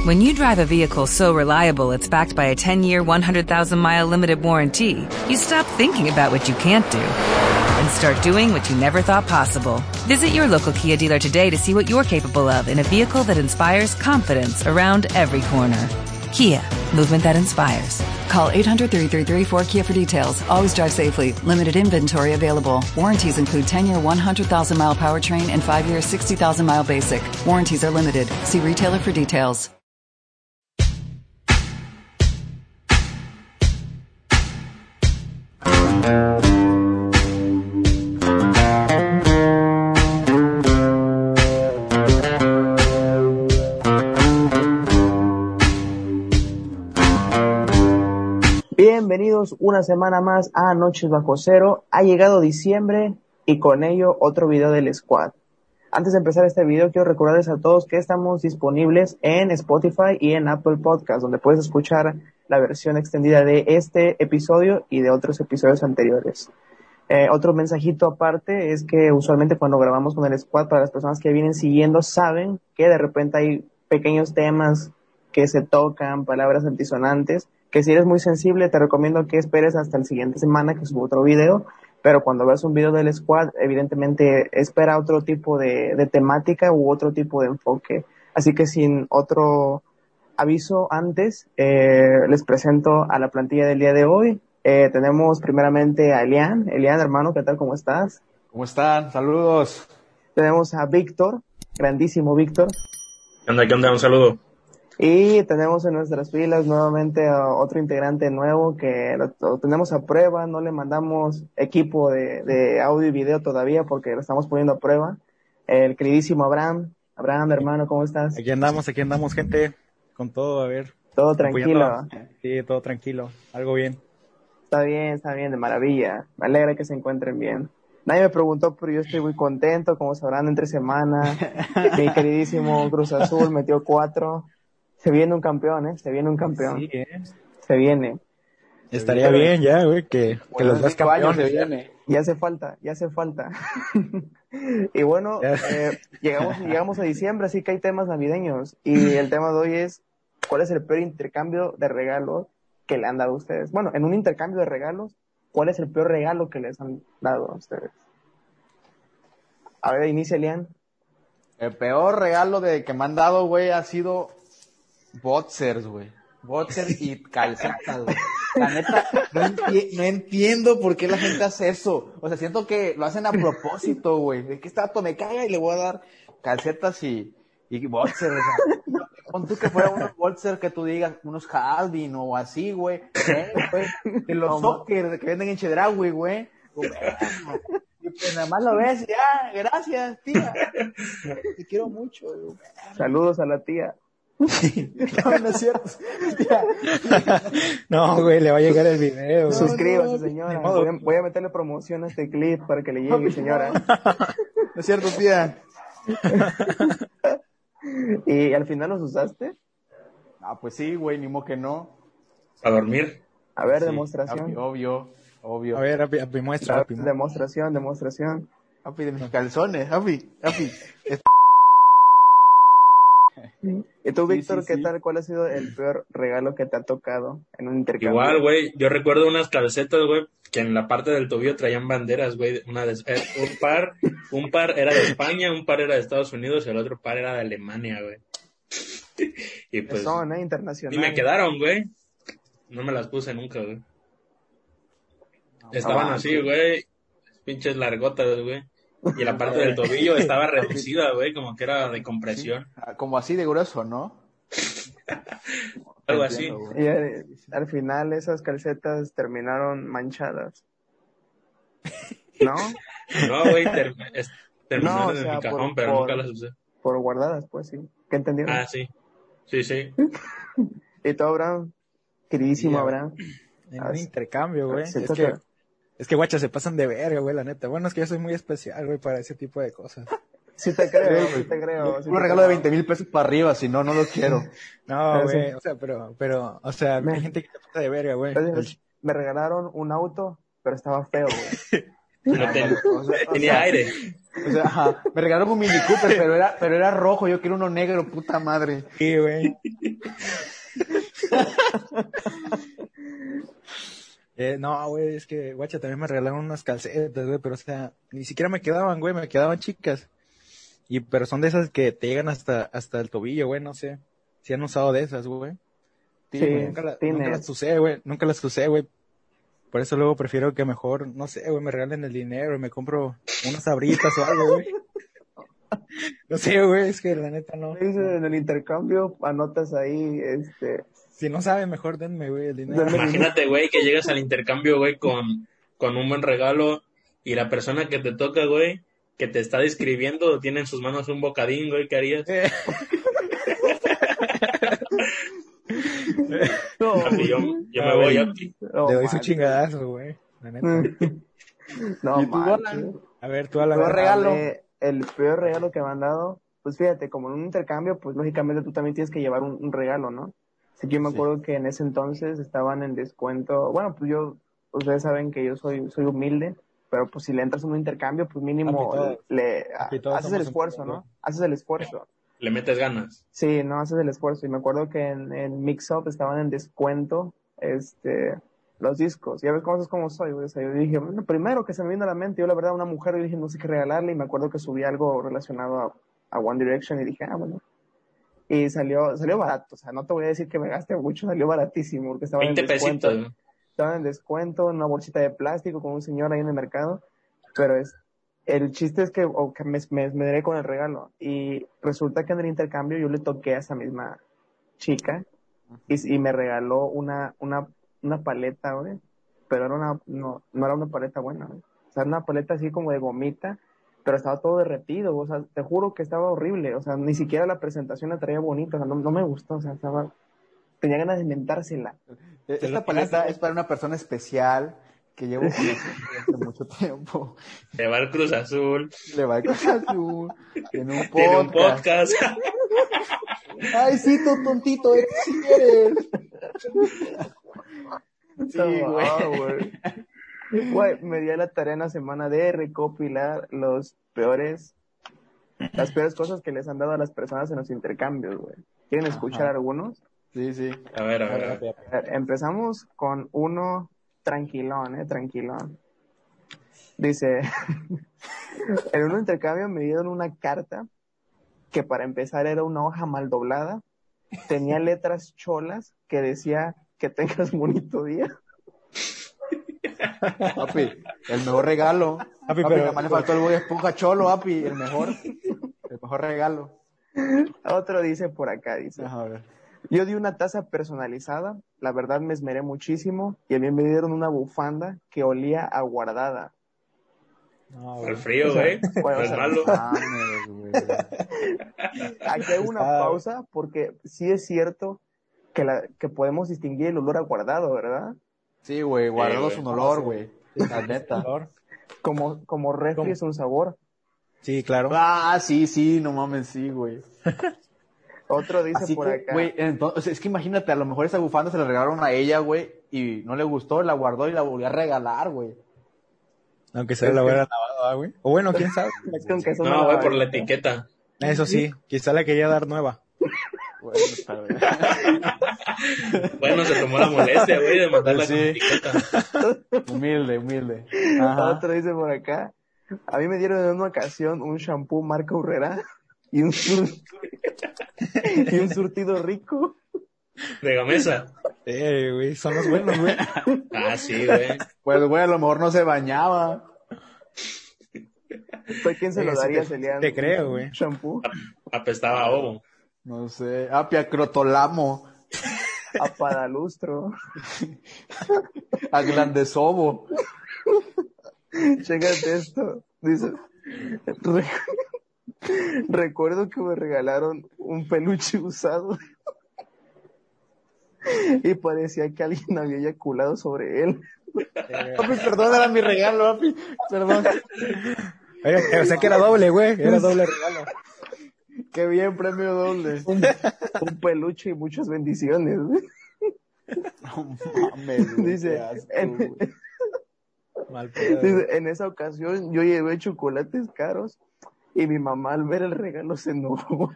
When you drive a vehicle so reliable it's backed by a 10-year, 100,000-mile limited warranty, you stop thinking about what you can't do and start doing what you never thought possible. Visit your local Kia dealer today to see what you're capable of in a vehicle that inspires confidence around every corner. Kia, movement that inspires. Call 800-333-4KIA for details. Always drive safely. Limited inventory available. Warranties include 10-year, 100,000-mile powertrain and 5-year, 60,000-mile basic. Warranties are limited. See retailer for details. Bienvenidos una semana más a Noches Bajo Cero. Ha llegado diciembre y con ello otro video del Squad. Antes de empezar este video quiero recordarles a todos que estamos disponibles en Spotify y en Apple Podcast, donde puedes escuchar la versión extendida de este episodio y de otros episodios anteriores. Otro mensajito aparte es que usualmente cuando grabamos con el Squad, para las personas que vienen siguiendo, saben que de repente hay pequeños temas que se tocan, palabras altisonantes, que si eres muy sensible te recomiendo que esperes hasta la siguiente semana que subo otro video, pero cuando veas un video del Squad, evidentemente espera otro tipo de temática u otro tipo de enfoque. Así que sin otro aviso antes, les presento a la plantilla del día de hoy. Tenemos primeramente a Elian. Elian, hermano, ¿qué tal? ¿Cómo estás? ¿Cómo están? Saludos. Tenemos a Víctor, grandísimo Víctor. ¿Qué onda? ¿Qué onda? Un saludo. Y tenemos en nuestras filas nuevamente a otro integrante nuevo que lo tenemos a prueba. No le mandamos equipo de audio y video todavía porque lo estamos poniendo a prueba. El queridísimo Abraham. Abraham, hermano, ¿cómo estás? Aquí andamos, gente, con todo, a ver. Todo tranquilo. Sí, todo tranquilo, algo bien. Está bien, de maravilla. Me alegra que se encuentren bien. Nadie me preguntó, pero yo estoy muy contento, como sabrán, entre semana. Mi queridísimo Cruz Azul metió 4. Se viene un campeón, Se viene un campeón. Sí, Se viene. Estaría bien ya, güey, que los dos campeones se viene. Ya hace falta. Y bueno, llegamos a diciembre, así que hay temas navideños. Y el tema de hoy es, ¿cuál es el peor intercambio de regalos que le han dado a ustedes? Bueno, en un intercambio de regalos, ¿cuál es el peor regalo que les han dado a ustedes? A ver, inicia, Lian. El peor regalo que me han dado, güey, ha sido boxers, güey. Boxers y calcetas, güey. La neta, no entiendo por qué la gente hace eso. O sea, siento que lo hacen a propósito, güey. De que este vato me caga y le voy a dar calcetas y boxers, o sea. Pon tú que fuera unos boxers que tú digas, unos Calvin o así, güey. De los soccer que venden en Chedraui, güey. Y pues nada más lo ves y ya, gracias, tía. Te quiero mucho, güey. Saludos a la tía. No es cierto. No, güey, le va a llegar el video. Suscríbase, señora. Voy a meterle promoción a este clip para que le llegue, señora. No es cierto, tía. ¿Y al final los usaste? Ah, pues sí, güey, ni modo que no. ¿A dormir? A ver, Sí, demostración. Obvio. A ver, Api, muestra. Demostración. Api, de mis calzones, Api. ¿Y tú, Víctor, qué tal? ¿Cuál ha sido el peor regalo que te ha tocado en un intercambio? Igual, güey, yo recuerdo unas calcetas, güey, que en la parte del tobillo traían banderas, güey. Un par era de España, un par era de Estados Unidos y el otro par era de Alemania, güey. Y pues son, internacionales. Y me quedaron, güey. No me las puse nunca, güey. Estaban así, güey, pinches largotas, güey. Y la parte del tobillo estaba reducida, güey, como que era de compresión. Como así de grueso, ¿no? Algo así. Y al final esas calcetas terminaron manchadas. ¿No? No, güey, terminaron en mi cajón, pero nunca las usé. Por guardadas, pues sí. ¿Qué entendieron? Ah, sí. Sí. ¿Y tú, Abraham? Queridísimo Abraham. En un intercambio, güey. Es que, guacha, se pasan de verga, güey, la neta. Bueno, es que yo soy muy especial, güey, para ese tipo de cosas. Sí te creo. Un regalo de 20,000 pesos para arriba, si no, no lo quiero. No, güey, o sea, pero, hay gente que te pasa de verga, güey. Me regalaron un auto, pero estaba feo, güey. Tenía aire. O sea, ajá, me regalaron un Mini Cooper, pero era rojo, yo quiero uno negro, puta madre. Sí, güey. No, güey, es que, guacha, también me regalaron unas calcetas, güey, pero, o sea, ni siquiera me quedaban, güey, me quedaban chicas. Pero son de esas que te llegan hasta el tobillo, güey, no sé. Si han usado de esas, güey. Sí, Nunca las usé, güey. Por eso luego prefiero que mejor, no sé, güey, me regalen el dinero y me compro unas sabritas o algo, güey. No sé, güey, es que la neta no. En el intercambio anotas ahí, Si no saben, mejor denme, güey, el dinero. Imagínate, güey, que llegas al intercambio, güey, con un buen regalo y la persona que te toca, güey, que te está describiendo, tiene en sus manos un bocadín, güey, ¿qué harías? No, Yo me voy aquí. no, Le doy su manches. chingadazo, güey, la neta. No, ¿Y tú, manches. Alan? A ver, tú a la Peor verdad. regalo. El peor regalo que me han dado, pues fíjate, como en un intercambio, pues lógicamente tú también tienes que llevar un regalo, ¿no? Así que yo me Sí. acuerdo que en ese entonces estaban en descuento. Bueno, pues ustedes saben que yo soy humilde, pero pues si le entras a un intercambio, pues mínimo Papi, todos haces el somos esfuerzo, humildes, ¿no? Haces el esfuerzo. Le metes ganas. Sí, no haces el esfuerzo. Y me acuerdo que en Mix Up estaban en descuento, los discos. Ya ves cómo soy, güey. O sea, yo dije, bueno, primero que se me vino a la mente, yo la verdad, una mujer, yo dije, no sé qué regalarle, y me acuerdo que subí algo relacionado a One Direction, y dije, bueno. Y salió barato, o sea, no te voy a decir que me gasté mucho, salió baratísimo, porque estaba en 20 descuento. pesitos. Estaba en descuento, en una bolsita de plástico con un señor ahí en el mercado, pero el chiste es que me esmeré con el regalo, y resulta que en el intercambio yo le toqué a esa misma chica, y me regaló una paleta, güey, pero no era una paleta buena, güey. O sea, era una paleta así como de gomita, pero estaba todo derretido, o sea, te juro que estaba horrible, o sea, ni siquiera la presentación la traía bonita, o sea, no me gustó, o sea, tenía ganas de mentársela. Esta paleta es para una persona especial que llevo conociendo desde mucho tiempo. Le va el Cruz Azul. Le va a Cruz Azul en un Tiene un podcast. podcast. Ay, sí, tú tontito, si quieres. Sí, No, güey. Güey, me di a la tarea en la semana de recopilar las peores cosas que les han dado a las personas en los intercambios, güey. ¿Quieren escuchar algunos? Sí, sí. A ver. A ver, empezamos con uno tranquilón, tranquilón. Dice, en un intercambio me dieron una carta que para empezar era una hoja mal doblada, tenía letras cholas que decía que tengas bonito día. Papi, el mejor regalo. Papi, Papi, pero- nada más le faltó el Bob Esponja cholo, papi, el mejor regalo. Otro dice por acá, dice, A ver. yo di una taza personalizada, la verdad me esmeré muchísimo, y a mí me dieron una bufanda que olía a guardada. No, Al güey. frío, güey. bueno, No o es sea, malo. Mames, güey. Aquí hay una pausa porque sí es cierto que podemos distinguir el olor a guardado, ¿verdad? Sí, güey, guardado güey. es un olor, güey. La neta. Como refri ¿Cómo? es un sabor. Sí, claro. Ah, sí, no mames, sí, güey. Otro dice Así por que, acá. güey, entonces, es que imagínate, a lo mejor esa bufanda se la regalaron a ella, güey, y no le gustó, la guardó y la volvió a regalar, güey. Aunque sea la hubiera lavado, güey. O bueno, quién sabe. Es que aunque eso No, güey, por la etiqueta. etiqueta. Eso sí, quizá la quería dar nueva. Bueno, está bien. Bueno, se tomó la molestia, güey, de mandarla Sí. con etiqueta. Humilde. Ajá. Otro dice por acá. A mí me dieron en una ocasión un shampoo marca Urrera y un surtido rico. De Gamesa. Güey, son los buenos, güey. Ah, sí, güey. Pues, güey, a lo mejor no se bañaba. ¿Tú a quién se lo Sí, daría, te Celian? creo, güey. Shampoo, Apestaba a ovo. No sé. Apia crotolamo. a padalustro. A glandesobo. Chécate esto. Dice, recuerdo que me regalaron un peluche usado y parecía que alguien había eyaculado sobre él. Papi, perdón, era mi regalo, papi. Perdón. Oiga, o sea que era doble, güey. Era doble regalo. Qué bien, premio doble. Un peluche y muchas bendiciones. No mames, güey, Dice, qué asco, güey. Mal pedo. Dice, en esa ocasión yo llevé chocolates caros y mi mamá al ver el regalo se enojó.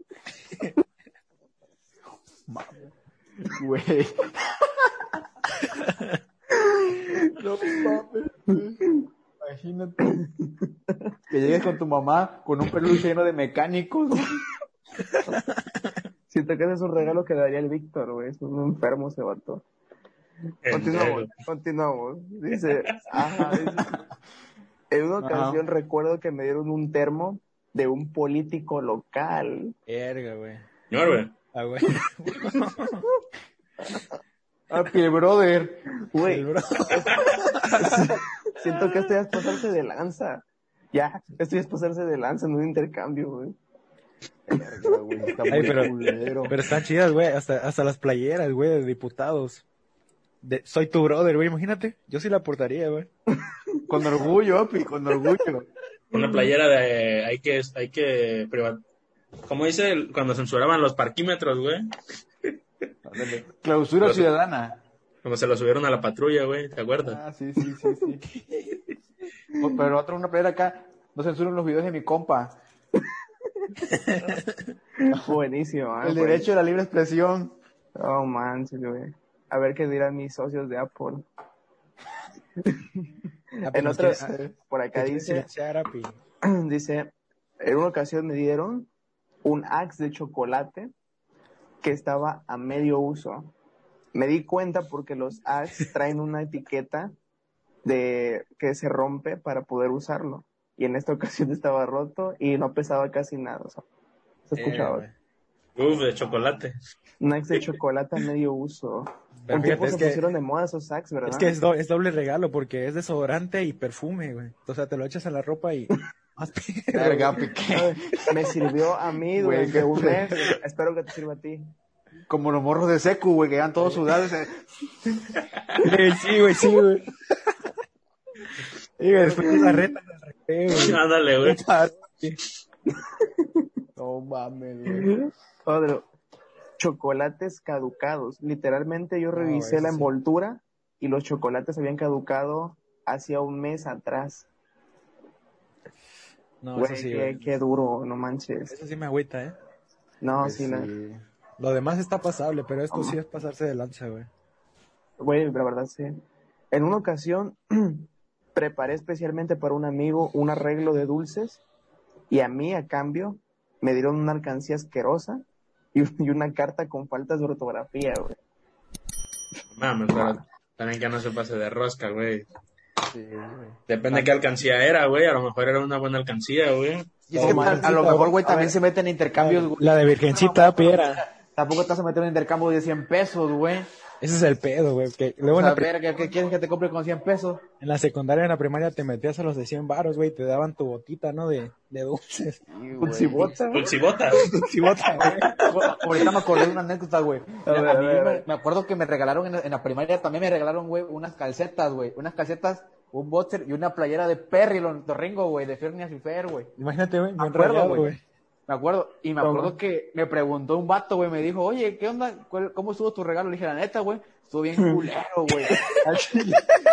Güey. No mames. Imagínate. Que llegues con tu mamá con un peluche lleno de mecánicos. Siento que ese es un regalo que daría el Víctor, güey. Es un enfermo ese vato. Continuamos. Dice, en una ocasión recuerdo que me dieron un termo de un político local. Verga, güey. Señor, güey. Ah, güey. Papi, el brother. Güey, El bro. siento que esto ya es pasarse de lanza. Ya, esto ya es pasarse de lanza en un intercambio, güey. Está Ay, muy culero. pero están chidas, güey. Hasta las playeras, güey, de diputados. Soy tu brother, güey. Imagínate. Yo sí la portaría, güey. Con orgullo, papi, con orgullo. Una playera de como dice cuando censuraban los parquímetros, güey. Clausura ciudadana. Como se lo subieron a la patrulla, güey, ¿te acuerdas? Ah, sí. Pero una playera acá. No censuran los videos de mi compa. Buenísimo, El derecho a la libre expresión. Oh, manches, güey. A ver qué dirán mis socios de Apple. En otras, por acá dice, dice, en una ocasión me dieron un Axe de chocolate que estaba a medio uso. Me di cuenta porque los Axe traen una etiqueta de que se rompe para poder usarlo. Y en esta ocasión estaba roto y no pesaba casi nada. O sea, se escuchaba. De chocolate. Un Axe de chocolate a medio uso. Pero Un tiempo fíjate, se pusieron de moda esos Axe, ¿verdad? Es que es doble regalo porque es desodorante y perfume, güey. O sea, te lo echas a la ropa y... Más perro, Verga, güey. piqué. Me sirvió a mí durante un mes. Espero que te sirva a ti. Como los morros de secu, güey, que eran todos sudados. Sí, güey. Sí, güey, después de la reta del recreo, güey. Ándale, güey. No mames, güey. Otro. Chocolates caducados. Literalmente yo revisé eso la sí. envoltura y los chocolates habían caducado hacía un mes atrás. No, Güey, eso sí, qué, güey. qué duro, no manches. Eso sí me agüita, ¿eh? No, Pues sí, sí. Lo demás está pasable, pero esto sí es pasarse de lanza, güey. güey, la verdad sí. En una ocasión preparé especialmente para un amigo un arreglo de dulces y a mí, a cambio, me dieron una alcancía asquerosa y una carta con faltas de ortografía, güey. Mames, pero también que no se pase de rosca, güey. Sí, güey. Depende de qué alcancía era, güey. A lo mejor era una buena alcancía, güey. Y es que a lo mejor, güey, también ver. se meten en intercambios, güey. La de Virgencita Piera. Tampoco te vas a meter en intercambio de 100 pesos, güey. Ese es el pedo, güey. Que luego O en sea, la, verga, ¿qué quieres que te compre con 100 pesos? en la secundaria, en la primaria, te metías a los de 100 varos, güey. Te daban tu botita, ¿no? De dulces. Putzibota. Pulsibota. Sí, bota, güey. Ahorita me acordé de una anécdota, güey. A ver, A mí a ver. me acuerdo que me regalaron en la primaria, también me regalaron, güey, unas calcetas, güey. Unas calcetas, un boxer y una playera de Perry, Ringo, güey, de Fernias y Fer, güey. Imagínate, güey. Me Bien acuerdo, rayado, güey. güey. Me acuerdo, y me acuerdo que me preguntó un vato, güey, me dijo, oye, ¿qué onda? ¿Cómo estuvo tu regalo? Le dije, la neta, güey, estuvo bien culero, güey. Al chile.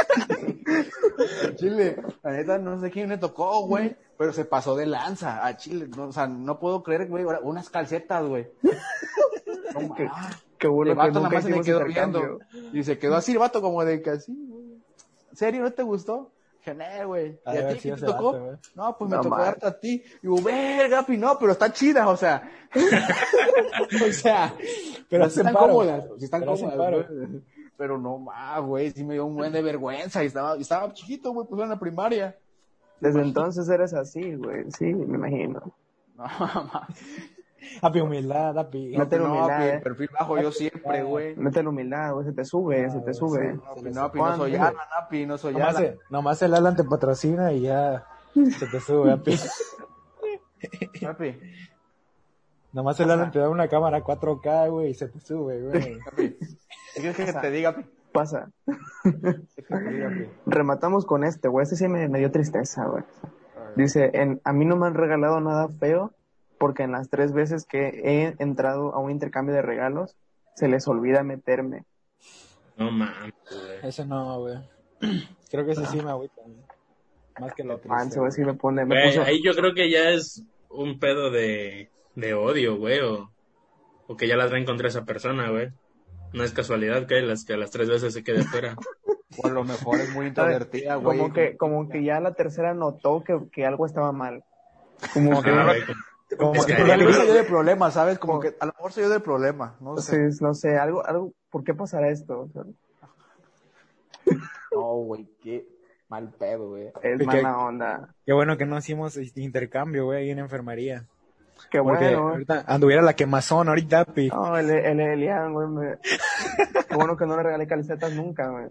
Al chile, la neta, no sé quién me tocó, güey, pero se pasó de lanza a Chile. No, o sea, no puedo creer, güey, ahora, unas calcetas, güey. No, Qué, ah, qué bueno el que vato nada nunca más se me hicimos quedó intercambio. viendo. Y se quedó así el vato, como de que así, güey. ¿En serio no te gustó? Dije, güey. Ha ¿Y de a haber ti qué sido te ese tocó? vato, güey. No, pues No me tocó mames. darte a ti. Y digo, verga, Pi, no, pero están chidas, o sea. O sea, Pero sí hacen están paro. cómodas, sí están Pero hacen cómodas, paro. güey. Pero no más, güey, sí me dio un buen de vergüenza. Y estaba chiquito, güey, pues en la primaria. Desde entonces eres así, güey. Sí, me imagino. No, mamá. Happy humildad, happy. No te No, humildad, Pi, eh. perfil bajo yo siempre, güey. Métele humildad, güey. Se te sube, se te sube. No, Pi, no, Pi, no soy Alan, no, Pi, no soy Nomás, Alan. nomás el Alan te patrocina y ya se te sube, happy. Papi, O Nomás el sea, Alan te da una cámara 4K, güey, y se te sube, güey. papi. ¿Qué quieres que te diga, Pi? Pasa. ¿Qué quieres que te diga, Pi? Rematamos con este, güey. Este sí me dio tristeza, güey. Dice, a mí no me han regalado nada feo porque en las 3 veces que he entrado a un intercambio de regalos, se les olvida meterme. No mames, güey. Ese no, güey. Creo que ese sí me agüita. Más que lo otro. Manso, güey, sí me Güey, puso... ahí yo creo que ya es un pedo de odio, güey, o que ya la traen contra esa persona, güey. No es casualidad que a las 3 veces se quede fuera. O a lo mejor es muy introvertida, güey. Como que ya la tercera notó que algo estaba mal. Como que... Ah, güey, Como es que que A lo hay mejor soy yo algo- de problema, ¿sabes? Como que a lo mejor soy yo de problema, no sé. Entonces, no sé, algo, ¿por qué pasará esto? O sea, No, güey, qué mal pedo, güey. es ¿Qué? mala onda. Qué bueno que no hicimos intercambio, güey, ahí en enfermería. Qué Porque bueno, güey. ahorita anduviera la quemazón ahorita, pi. No, el Elian, güey, qué bueno que no le regalé camisetas nunca, güey.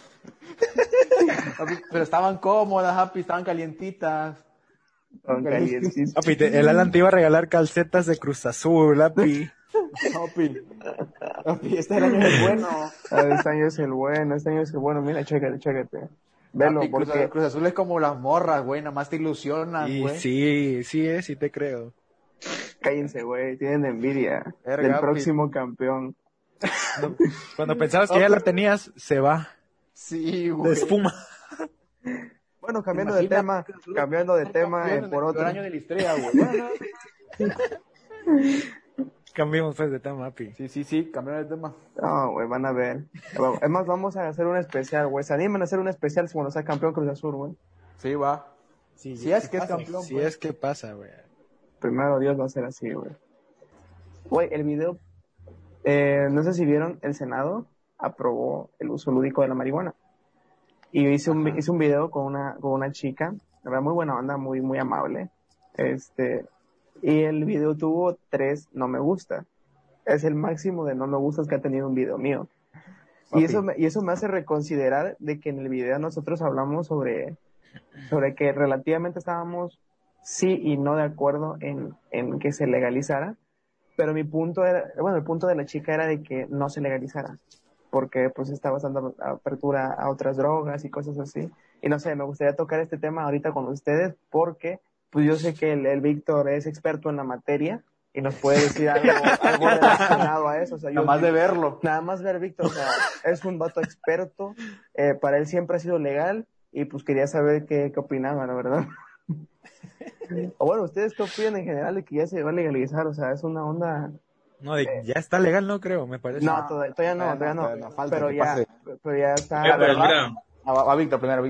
Pero estaban cómodas, Happy, estaban calientitas. Con calientísimo. Papi, el Alan te iba a regalar calcetas de Cruz Azul, pi. Happy, este es el año del bueno. Este año es el bueno, este año es el bueno. Mira, chécate. Velo, Happy, porque... Cruz Azul es como las morras, güey, nada más te ilusionan, Y güey. sí te creo. Cállense, güey, tienen envidia Verga, del Pi. próximo campeón. Cuando pensabas que ya la tenías, se va. Sí, De güey. espuma. Bueno, cambiando de tema, por otro. El año de la estrella, güey. Cambiemos pues de tema, pi. Sí, cambiaron el tema. No, güey, van a ver. Es más, vamos a hacer un especial, güey. Se animan a hacer un especial cuando sea campeón Cruz Azul, güey. Sí, va. Sí, Si es que es pasa, campeón, Si pues. es que pasa, güey. Primero Dios va a ser así, güey. Güey, el video, no sé si vieron, el Senado aprobó el uso lúdico de la marihuana. Y yo hice un video con una chica, la verdad, muy buena onda, muy, muy amable. Y el video tuvo 3 no me gusta. Es el máximo de no me gustas que ha tenido un video mío. Y eso me hace reconsiderar de que en el video nosotros hablamos sobre que relativamente estábamos sí y no de acuerdo en que se legalizara, pero el punto de la chica era de que no se legalizara, porque pues estaba dando apertura a otras drogas y cosas así. Y no sé, me gustaría tocar este tema ahorita con ustedes, porque pues yo sé que el Víctor es experto en la materia y nos puede decir algo relacionado a eso. O sea, Nada más de verlo. Nada más ver, Víctor, o sea, es un vato experto, para él siempre ha sido legal, y pues quería saber qué opinaba, la verdad. O bueno, ¿ustedes qué opinan en general de que ya se va a legalizar? O sea, es una onda... No, ya está legal, no creo, me parece. No, todavía no, falta pero que ya, pase. pero ya está... Pero verdad. mira, Va Víctor primero.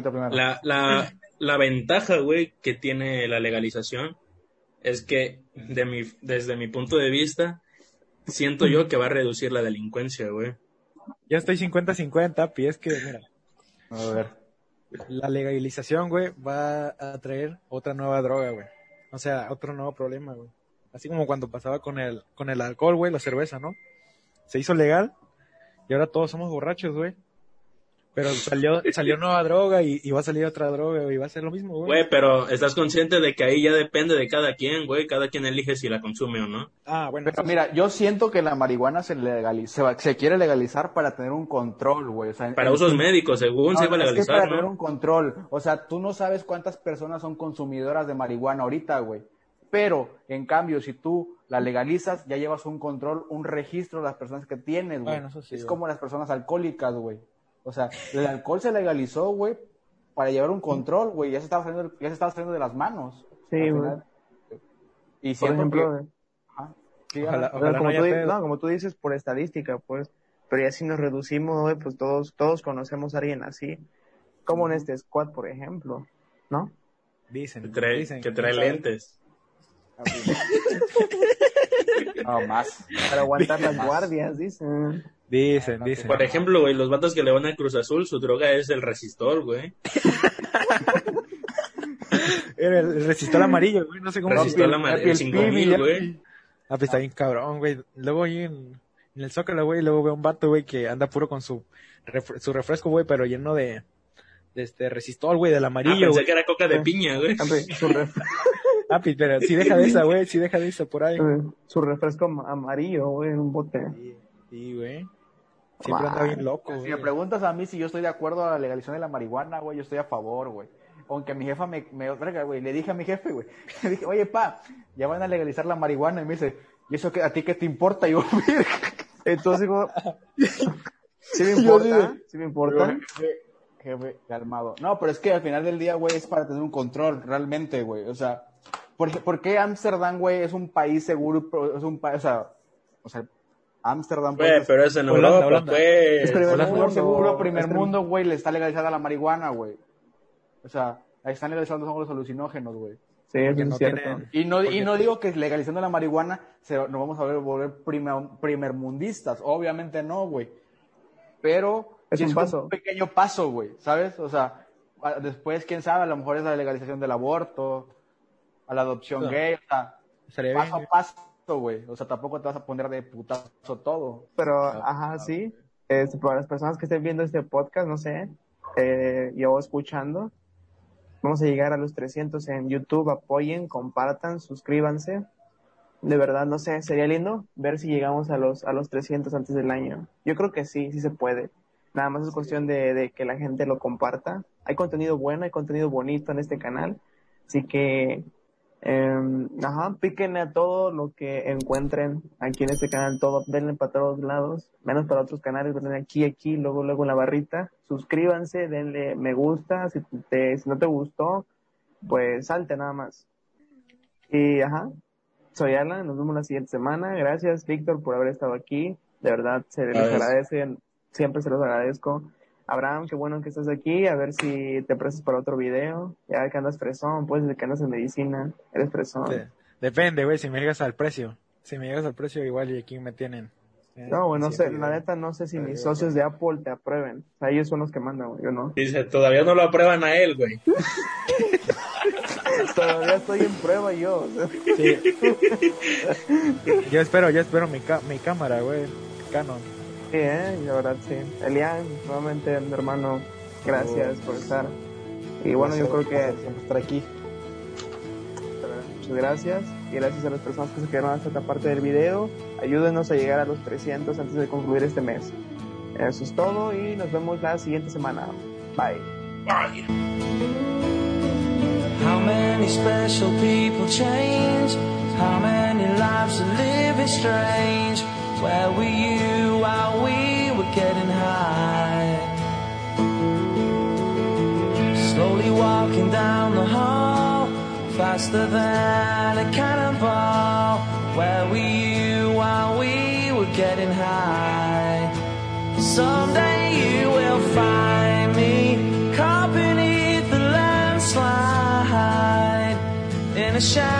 la ventaja, güey, que tiene la legalización es que desde mi punto de vista, siento yo que va a reducir la delincuencia, güey. Ya estoy 50-50, pi, es que, mira, A ver. la legalización, güey, va a traer otra nueva droga, güey. O sea, otro nuevo problema, güey. Así como cuando pasaba con el alcohol, güey, la cerveza, ¿no? Se hizo legal y ahora todos somos borrachos, güey. Pero salió nueva droga y va a salir otra droga, güey, y va a ser lo mismo, güey. Güey, pero estás consciente de que ahí ya depende de cada quien, güey. Cada quien elige si la consume o no. Ah, bueno. Pero mira, yo siento que la marihuana se quiere legalizar para tener un control, güey. O sea, Para usos médicos, según se va a es que legalizar, para tener ¿no? un control. O sea, tú no sabes cuántas personas son consumidoras de marihuana ahorita, güey. Pero, en cambio, si tú la legalizas, ya llevas un control, un registro de las personas que tienes, güey. Bueno, eso sí, es güey. como las personas alcohólicas, güey. O sea, el alcohol se legalizó, güey, para llevar un control, güey. Ya se estaba saliendo de las manos. Sí, al güey. final. Y Por siento ejemplo, que... Ajá. Sí, Ojalá como, no haya pedo. como tú dices, por estadística, pues, pero ya si nos reducimos, güey, pues todos conocemos a alguien así, como en este squad, por ejemplo, ¿no? Dicen Que trae ¿sabe? lentes. No, más. Para aguantar las guardias, dicen. Dicen. Por ejemplo, güey, los vatos que le van a Cruz Azul, su droga es el resistor, güey. Era el resistor amarillo, güey, no sé cómo Resistor se el 5000, güey. Ah, pues está bien cabrón, güey. Luego ahí en el Zócalo, güey, luego veo un vato, güey, que anda puro con su refresco, güey, pero lleno de resistor, güey, del amarillo, Pensé güey. que era coca de piña, güey. Ah, pues, pero sí deja de esa, güey, sí deja de esa por ahí. Su refresco amarillo, güey, en un bote. Sí, güey. Siempre anda bien loco, Si güey. me preguntas a mí si yo estoy de acuerdo a la legalización de la marihuana, güey, yo estoy a favor, güey. Aunque mi jefa verga, güey, le dije a mi jefe, güey, le dije, oye, pa, ya van a legalizar la marihuana, y me dice, ¿y eso a ti qué te importa? Y yo, Entonces, como, ¿sí me Yo importa? digo, ¿Sí me importa? jefe calmado. No, pero es que al final del día, güey, es para tener un control, realmente, güey. O sea, ¿por qué Ámsterdam, güey, es un país seguro? Es un país, o sea, Ámsterdam, Güey, pues, pero es en Holanda, Europa, Holanda. pues. es primer Holanda. mundo, seguro, primer mundo, güey, le está legalizada la marihuana, güey. O sea, ahí están legalizando los alucinógenos, güey. Sí, eso Porque es no cierto. tienen- Y no digo que legalizando la marihuana nos vamos a volver primermundistas, obviamente no, güey. Pero Es sí un como paso. un pequeño paso, güey, ¿sabes? O sea, después, quién sabe, a lo mejor es la legalización del aborto, a la adopción Claro. gay, o sea, Estaría paso bien. a paso, güey. O sea, tampoco te vas a poner de putazo todo. Pero, ajá, sí. Para las personas que estén viendo este podcast, no sé, yo escuchando, vamos a llegar a los 300 en YouTube. Apoyen, compartan, suscríbanse. De verdad, no sé, sería lindo ver si llegamos a los 300 antes del año. Yo creo que sí, sí se puede. Nada más es cuestión de que la gente lo comparta. Hay contenido bueno, hay contenido bonito en este canal. Así que, píquenle a todo lo que encuentren aquí en este canal, todo, denle para todos lados, menos para otros canales, denle aquí, luego en la barrita. Suscríbanse, denle me gusta, si no te gustó, pues salte nada más. Y, soy Alan, nos vemos la siguiente semana. Gracias, Víctor, por haber estado aquí. De verdad, se les Gracias. agradece, siempre se los agradezco. Abraham, qué bueno que estás aquí. A ver si te prestas para otro video. Ya que andas fresón, pues desde que andas en medicina, eres fresón. Depende, güey, si me llegas al precio. Si me llegas al precio, igual y aquí me tienen. No, güey, no sé, Sí, la neta no sé si mis socios de Apple te aprueben. O sea, ellos son los que mandan, güey, yo no. Dice, todavía no lo aprueban a él, güey. Todavía estoy en prueba yo. O sea. Sí. Yo espero mi cámara, güey. Canon. Sí, la verdad, sí. Elian, nuevamente, mi hermano, gracias por estar. Y bueno, yo creo que siempre estar aquí. muchas gracias. Y gracias a las personas que se quedaron hasta esta parte del video. Ayúdenos a llegar a los 300 antes de concluir este mes. Eso es todo y nos vemos la siguiente semana. Bye. How many special people change? How many lives are living strange? Where were you while we were getting high? Slowly walking down the hall, faster than a cannonball. Where were you while we were getting high? Someday you will find me caught beneath the landslide in a shadow.